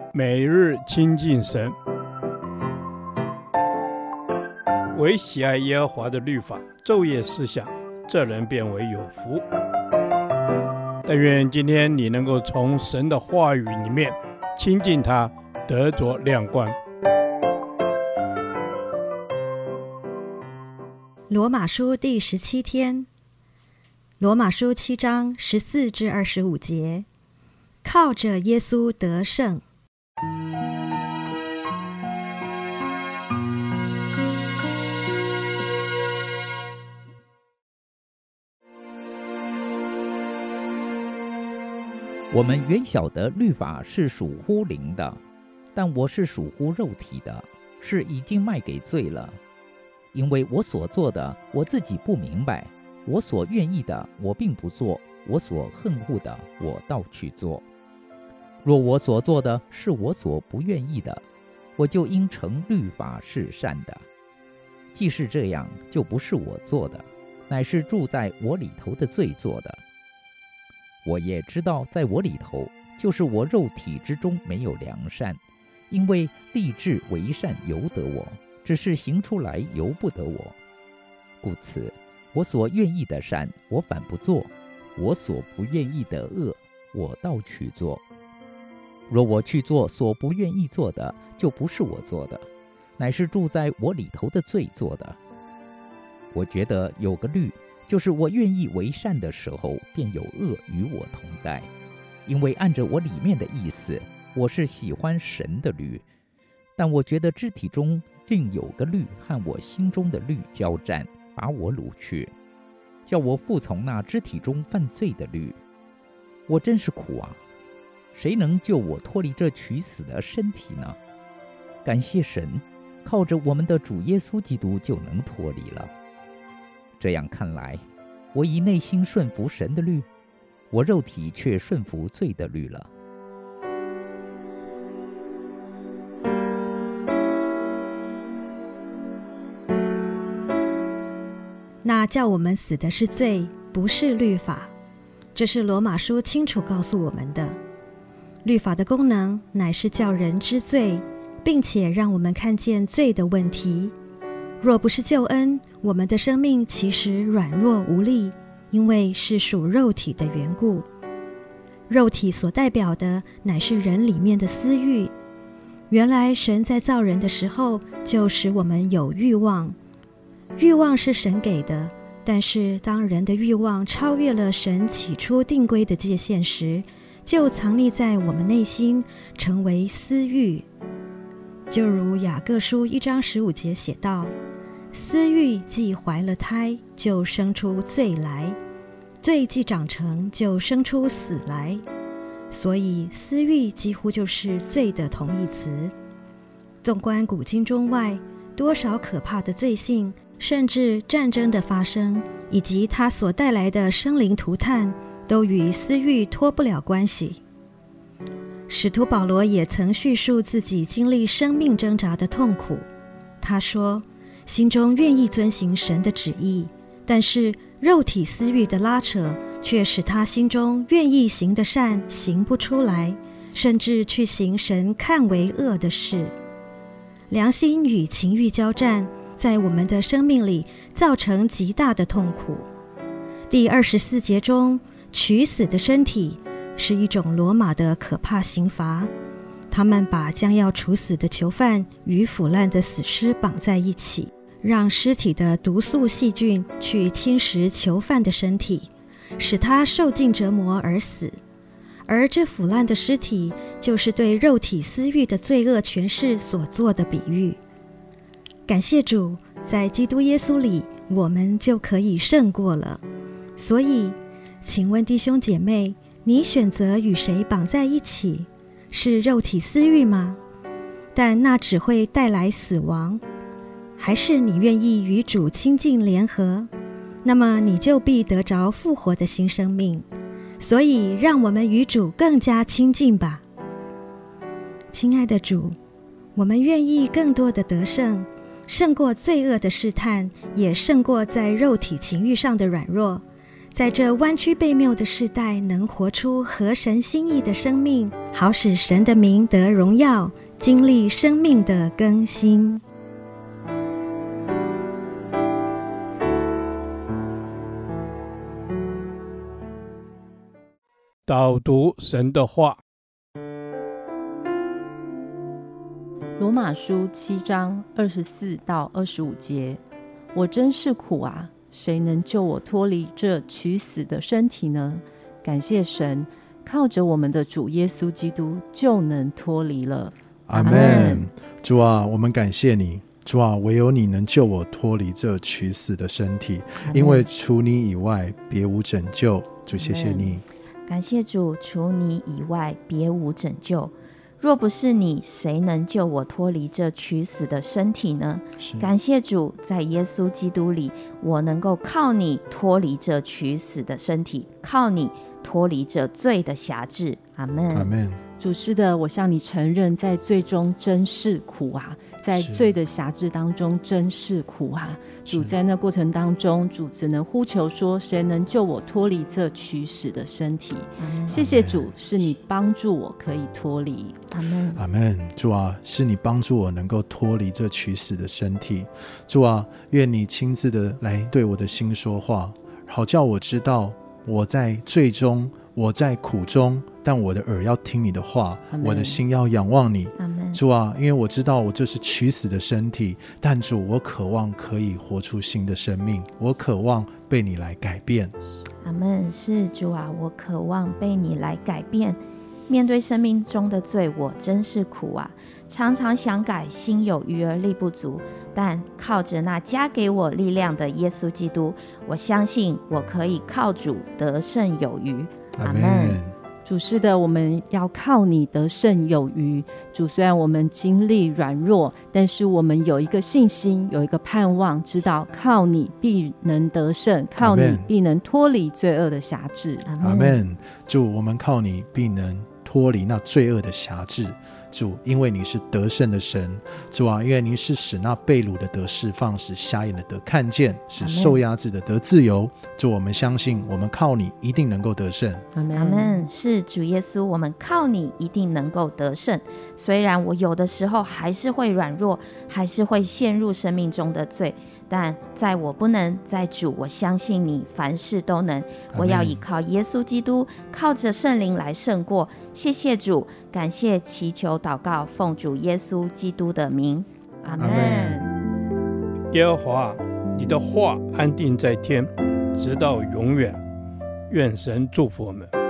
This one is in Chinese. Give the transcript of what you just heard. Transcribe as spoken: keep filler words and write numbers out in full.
每日亲近神，唯喜爱耶和华的律法，昼夜思想，这人变为有福。但愿今天你能够从神的话语里面亲近他，得着亮光。 罗马书第十七天，罗马书七章十四至二十五节，靠着耶稣得胜。 我们原晓得律法是属乎灵的，但我是属乎肉体的，是已经卖给罪了。因为我所做的，我自己不明白；我所愿意的，我并不做；我所恨恶的，我倒去做。若我所做的是我所不愿意的，我就应承律法是善的。既是这样，就不是我做的，乃是住在我里头的罪做的。我也知道，在我里头，就是我肉体之中没有良善，因为立志为善由得我，只是行出来由不得我。故此，我所愿意的善，我反不做；我所不愿意的恶，我倒去做。若我去做所不愿意做的，就不是我做的，乃是住在我里头的罪做的。我觉得有个律，就是我愿意为善的时候，便有恶与我同在。因为按着我里面的意思，我是喜欢神的律，但我觉得肢体中另有个律和我心中的律交战，把我掳去，叫我服从那肢体中犯罪的律。我真是苦啊！谁能救我脱离这取死的身体呢？感谢神，靠着我们的主耶稣基督就能脱离了。这样看来，我以内心顺服神的律，我肉体却顺服罪的律了。 那叫我们死的是罪，不是律法。这是罗马书清楚告诉我们的。律法的功能乃是叫人知罪，并且让我们看见罪的问题。若不是救恩，我们的生命其实软弱无力，因为是属肉体的缘故。肉体所代表的乃是人里面的私欲。原来神在造人的时候，就使我们有欲望。欲望是神给的，但是当人的欲望超越了神起初定规的界限时，就藏匿在我们内心，成为私欲。就如雅各书一章十五节写道，私欲既怀了胎，就生出罪来；罪既长成，就生出死来。所以私欲几乎就是罪的同义词。纵观古今中外，多少可怕的罪性，甚至战争的发生，以及它所带来的生灵涂炭，都与私欲脱不了关系。使徒保罗也曾叙述自己经历生命挣扎的痛苦。他说，心中愿意遵行神的旨意，但是肉体私欲的拉扯，却使他心中愿意行的善行不出来，甚至去行神看为恶的事。良心与情欲交战，在我们的生命里造成极大的痛苦。第二十四节中，取死的身体是一种罗马的可怕刑罚。他们把将要处死的囚犯与腐烂的死尸绑在一起，让尸体的毒素细菌去侵蚀囚犯的身体，使他受尽折磨而死。而这腐烂的尸体，就是对肉体私欲的罪恶权势所做的比喻。感谢主，在基督耶稣里，我们就可以胜过了。所以，请问弟兄姐妹，你选择与谁绑在一起？是肉体私欲吗？但那只会带来死亡。还是你愿意与主亲近联合？那么你就必得着复活的新生命。所以让我们与主更加亲近吧。亲爱的主，我们愿意更多的得胜，胜过罪恶的试探，也胜过在肉体情欲上的软弱，在这弯曲悖谬的世代，能活出合神心意的生命， 好使神的名得荣耀，经历生命的更新。 导读神的话， 罗马书七章二十四到二十五节，我真是苦啊！谁能救我脱离这取死的身体呢？感谢神，靠着我们的主耶稣基督就能脱离了。 阿们。主啊，我们感谢你。主啊，唯有你能救我脱离这取死的身体，因为除你以外别无拯救。主，谢谢你。 感谢主，除你以外别无拯救。若不是你，谁能救我脱离这取死的身体呢？感谢主，在耶稣基督里，我能够靠你脱离这取死的身体，靠你脱离这罪的辖制。阿们。 阿们。 主，是的，我向你承认，在罪中真是苦啊，在罪的辖制当中真是苦啊。主，在那过程当中，主只能呼求说，谁能救我脱离这取死的身体？谢谢主，是你帮助我可以脱离。 阿们。 阿们。主啊，是你帮助我能够脱离这取死的身体。主啊，愿你亲自的来对我的心说话，好叫我知道我在罪中，我在苦中，但我的耳要听你的话，我的心要仰望你。主啊，因为我知道我这是取死的身体，但主，我渴望可以活出新的生命，我渴望被你来改变。 阿们。是主啊，我渴望被你来改变。面对生命中的罪，我真是苦啊，常常想改，心有余而力不足，但靠着那加给我力量的耶稣基督，我相信我可以靠主得胜有余。阿们。 主，是的，我们要靠你得胜有余。主，虽然我们经历软弱，但是我们有一个信心，有一个盼望，知道靠你必能得胜，靠你必能脱离罪恶的辖制。 阿们。主，我们靠你必能脱离那罪恶的辖制。主，因为你是得胜的神。主啊，因为你是使那被掳的得释放，使瞎眼的得看见，使受压制的得自由。主，我们相信我们靠你一定能够得胜。 阿们。是主耶稣，我们靠你一定能够得胜。虽然我有的时候还是会软弱，还是会陷入生命中的罪，但在我不能，在主我相信你凡事都能。我要依靠耶稣基督，靠着圣灵来胜过。谢谢主，感谢祈求祷告，奉主耶稣基督的名。阿们。 耶和华，你的话安定在天，直到永远。愿神祝福我们。